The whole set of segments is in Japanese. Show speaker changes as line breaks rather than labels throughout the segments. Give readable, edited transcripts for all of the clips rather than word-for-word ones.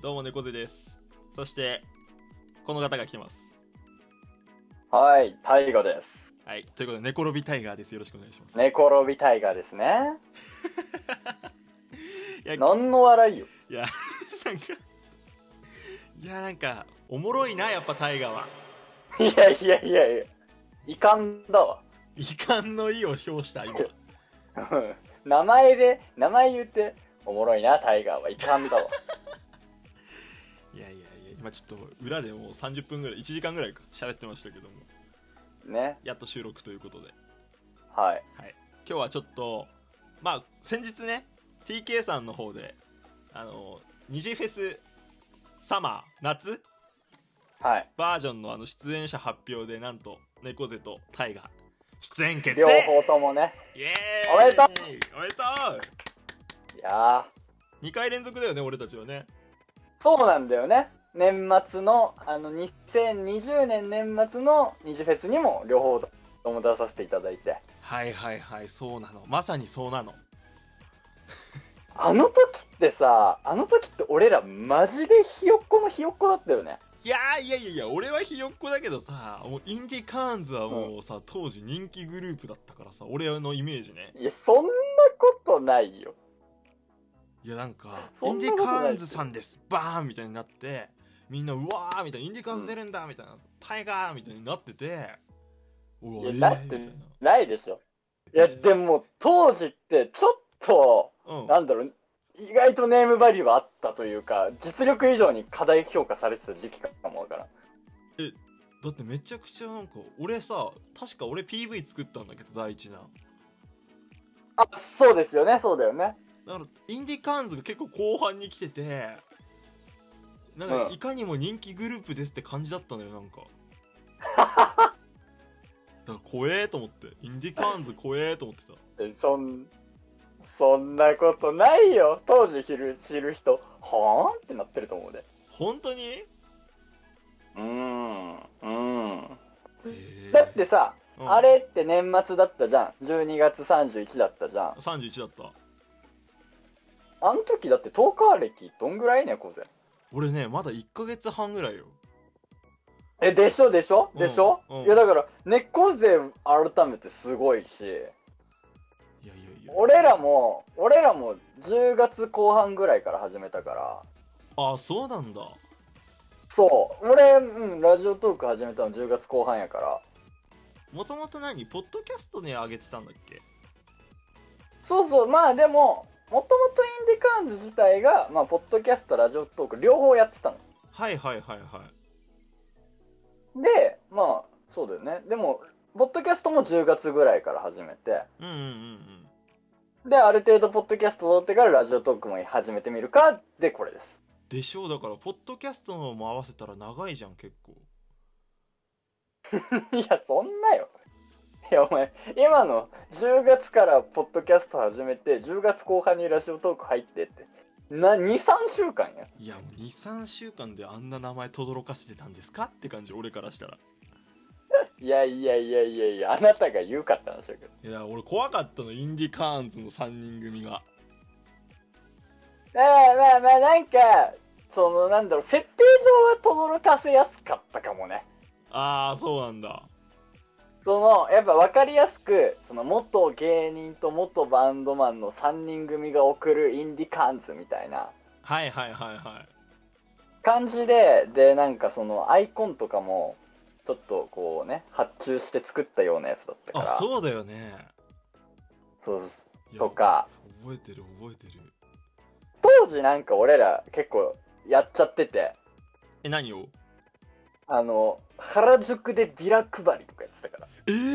どうも猫背です。そしてこの方が来てます。
はい、タイガです。
はい、ということで寝転びタイガーです。よろしくお願いします。
寝転びタイガーですね。
いや
何の笑いよ。
いやなんかおもろいな、やっぱタイガーは。
いや遺憾だわ。
遺憾の意を表した今。
名前言っておもろいなタイガーは遺憾だわ。
いや今ちょっと裏でもう30分ぐらい1時間ぐらいか喋ってましたけども
ね。
やっと収録ということで、
はい、
今日はちょっと先日ね TK さんの方で二次フェスサマー夏、
はい、
バージョンの出演者発表で、なんと猫背とタイが出演決定。
両方ともね。
イエーイ、
おめでとう。
おめでとう。
いや
2回連続だよね、俺たちはね。
そうなんだよね。年末の2020年年末の二次フェスにも両方とも出させていただいて。
はいそうなの、まさにそうなの。
あの時って俺らマジでひよっこのひよっこだったよね。
いや俺はひよっこだけどさ、もうインディカーンズはもうさ、当時人気グループだったからさ、俺のイメージね。
いや、そんなことないよ。
いや、なんかインディカーンズさんですバーンみたいになって、みんなうわーみたいな、インディカーンズ出るんだみたいな、タイガーみたいになってて、
いや、だってないでしょ。いや、でも当時ってちょっと、なんだろう、意外とネームバリューはあったというか、実力以上に過大評価されてた時期かもわからん。
だってめちゃくちゃなんか俺さ、確か俺 PV 作ったんだけど、第一弾。
あ、そうですよね、そうだよね。
だからインディカーンズが結構後半に来てて、なんかいかにも人気グループですって感じだったのよ、なんか。だから怖えと思って、インディカーンズ怖えと思ってた。
そんなことないよ。当時知る人、はーんってなってると思うで。
本当に？
だってさ、あれって年末だったじゃん。12月31だったじゃん。
31だった。
あの時だってトーカー歴どんぐらい猫背？
俺ね、まだ1ヶ月半ぐらいよ。
でしょ、いやだから猫背改めてすごいし、
いや
俺らも10月後半ぐらいから始めたから。
あ、そうなんだ。
そう俺、ラジオトーク始めたの10月後半やから。
もともとポッドキャストに上げてたんだっけ？
そうまあでももともとインディカーンズ自体がポッドキャストラジオトーク両方やってたの。
はい
でそうだよね。でもポッドキャストも10月ぐらいから始めて、である程度ポッドキャスト撮ってからラジオトークも始めてみるかでこれです。
でしょう。だからポッドキャストのも合わせたら長いじゃん結構。
いやそんなよ。いやお前今の10月からポッドキャスト始めて10月後半にラジオトーク入ってって23週間や。
いやもう 2,3 週間であんな名前轟かせてたんですかって感じ、俺からしたら。
いやあなたが言うかったんでしょうけど。
いや俺怖かったの、インディカーンズの3人組が。
なんかなんだろう、設定上は轟かせやすかったかもね。
ああ、そうなんだ。
やっぱ分かりやすく元芸人と元バンドマンの3人組が送るインディカーンズみたいな
はい
感じでなんかアイコンとかもちょっとこうね発注して作ったようなやつだったから。
あ、そうだよね。
そうとか
覚えてる。
当時なんか俺ら結構やっちゃってて。
何を？
原宿でビラ配りとかやってたから。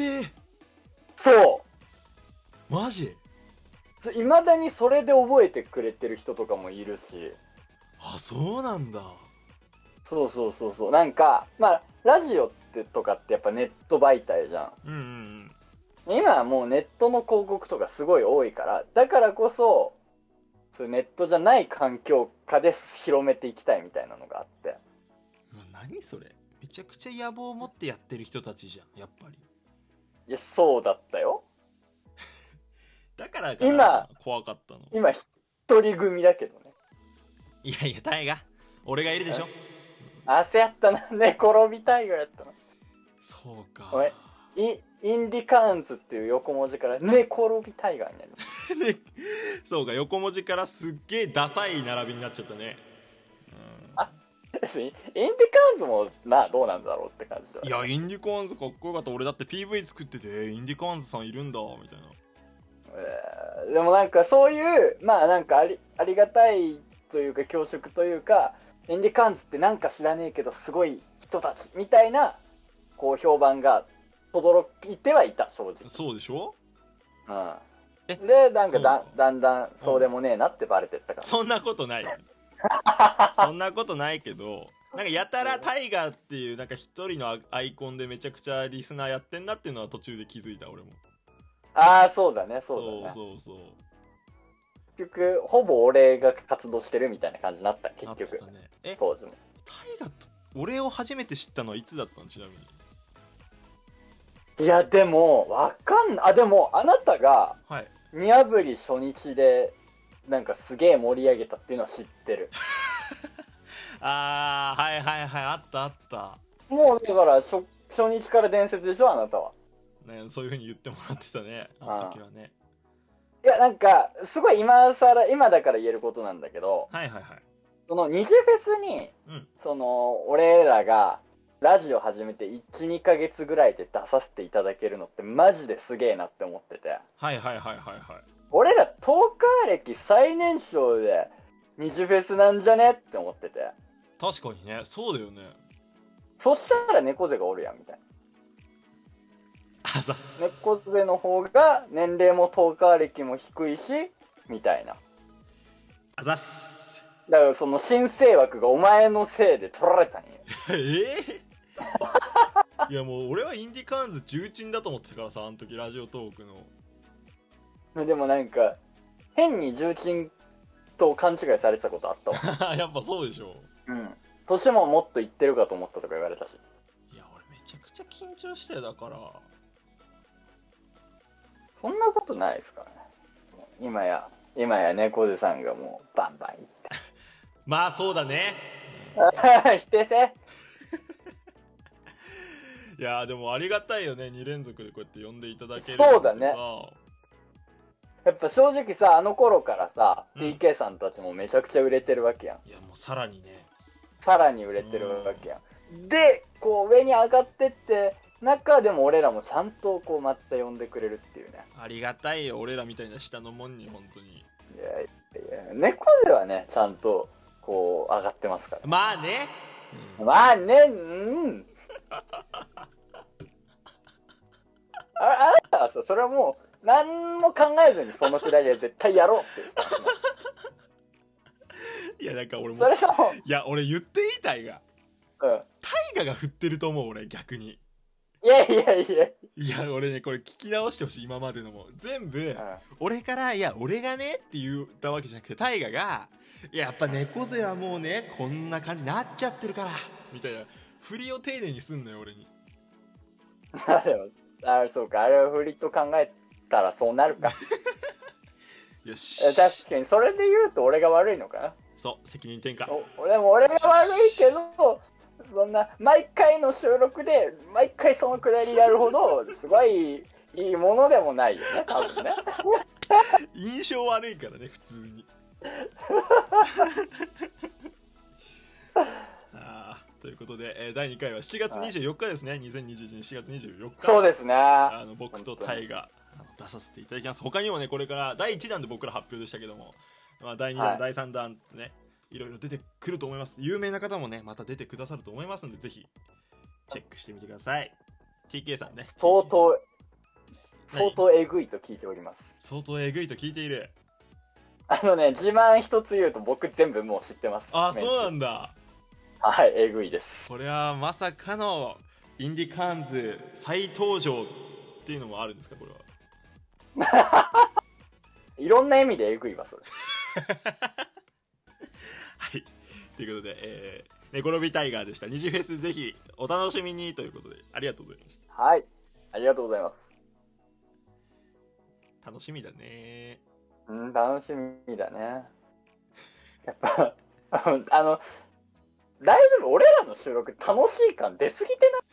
そうマジ？
いまだにそれで覚えてくれてる人とかもいるし。
あ、そうなんだ。
そうなんかラジオってとかってやっぱネット媒体じゃん。今はもうネットの広告とかすごい多いから、だからこそそういうネットじゃない環境下で広めていきたいみたいなのがあって。
何それ、めちゃくちゃ野望を持ってやってる人たちじゃんやっぱり。
いやそうだったよ。
だから今怖かったの。
今一人組だけどね。
いやタイガ、 俺がいるでしょ。
焦ったな。寝転びタイガーやったな。
そうか。
おい、インディカーンズっていう横文字から寝転びタイガーになる。
ね、そうか、横文字からすっげえダサい並びになっちゃったね。
インディカーンズもまあどうなんだろうって感じだ。
いや、インディカーンズかっこよかった。俺だって PV 作っててインディカーンズさんいるんだみたいな。
でもなんかそういうまあなんかありがたいというか恐縮というか、インディカーンズってなんか知らねえけどすごい人たちみたいなこう評判が轟いてはいた、正直。
そうでしょ。
でなんかだんだんそうでもねえなってバレてったから。
そんなことないよ。そんなことないけど、なんかやたらタイガーっていうなんか一人のアイコンでめちゃくちゃリスナーやってんなっていうのは途中で気づいた俺も。
ああそうだね、そうだね。
そう
結局ほぼ俺が活動してるみたいな感じになった結局。
ね、
当時も。
タイガーと俺を初めて知ったのはいつだったの、ちなみに。
いやでもわかんない。あ、でもあなたが見破り初日でなんかすげえ盛り上げたっていうのは知ってる。
あー、はいはいはい、あったあった。
もうだから初日から伝説でしょ、あなたは。
ね、そういう風に言ってもらってたね、あの時はね。
いやなんかすごい今だから言えることなんだけど、
はいはいはい。
その二次フェスに、その俺らがラジオ始めて 1,2 ヶ月ぐらいで出させていただけるのってマジですげえなって思ってて。
はいはいはいはいはい。
俺らトーカー歴最年少で二次フェスなんじゃねって思ってて。
確かにね、そうだよね。
そしたら猫背がおるやんみたいな。
あざっす。
猫背の方が年齢もトーカー歴も低いしみたいな。
あざっす。
だからその新生枠がお前のせいで取られたんや。
いやもう俺はインディカーンズ重鎮だと思ってたからさ、あの時ラジオトークの。
でもなんか変に重鎮と勘違いされてたことあったわ。
やっぱそうでしょ。
年ももっといってるかと思ったとか言われたし。
いや俺めちゃくちゃ緊張してだから。
そんなことないですからね。今や猫背さんがもうバンバンいって
まあそうだね。
否定せ。
いやでもありがたいよね、2連続でこうやって呼んでいただける。
そうだね。やっぱ正直さ、あの頃からさ、TK さんたちもめちゃくちゃ売れてるわけやん。
いやもうさらにね、
さらに売れてるわけやん。でこう上に上がってって中でも俺らもちゃんとこうまた呼んでくれるっていうね。
ありがたいよ、俺らみたいな下のもんに本当に。
いや猫ではねちゃんとこう上がってますから。
まあね、
まあね、あなたはさ、それはもう何も考えずにそのくらいで絶対やろうって
いやなんか俺も
それがもう、
いや俺言っていいタイガが振ってると思う俺逆に。
いや
いや俺ねこれ聞き直してほしい、今までのも全部、俺からいや俺がねって言ったわけじゃなくて、タイガがいややっぱ猫背はもうねこんな感じになっちゃってるからみたいな振りを丁寧にすんのよ俺に。
そうか、あれを振りと考えたらそうなるか。
よし、
確かにそれで言うと俺が悪いのかな。
そう責任転嫁。
俺が悪いけど、そんな毎回の収録で毎回そのくだりやるほどすごいいいものでもないよね、多分ね。
印象悪いからね普通に。ということで、第2回は7月24日ですね、2021年7月24日。
そうですね。
僕とタイが出させていただきます。他にもね、これから第1弾で僕ら発表でしたけども、第2弾、第3弾ってね、いろいろ出てくると思います。有名な方もね、また出てくださると思いますんで、ぜひチェックしてみてください。TK さんね。
相当えぐいと聞いております。
相当えぐいと聞いている。
自慢一つ言うと僕全部もう知ってます。
あ、そうなんだ。
はい、えぐいです。
これはまさかのインディカーンズ再登場っていうのもあるんですか、これは。
いろんな意味でえぐいわ、それ。
はい。ということで、寝転びタイガーでした。二次フェスぜひお楽しみにということで、ありがとうございました。
はい。ありがとうございます。
楽しみだね。
楽しみだね。やっぱ、 大丈夫？俺らの収録楽しい感出すぎてない？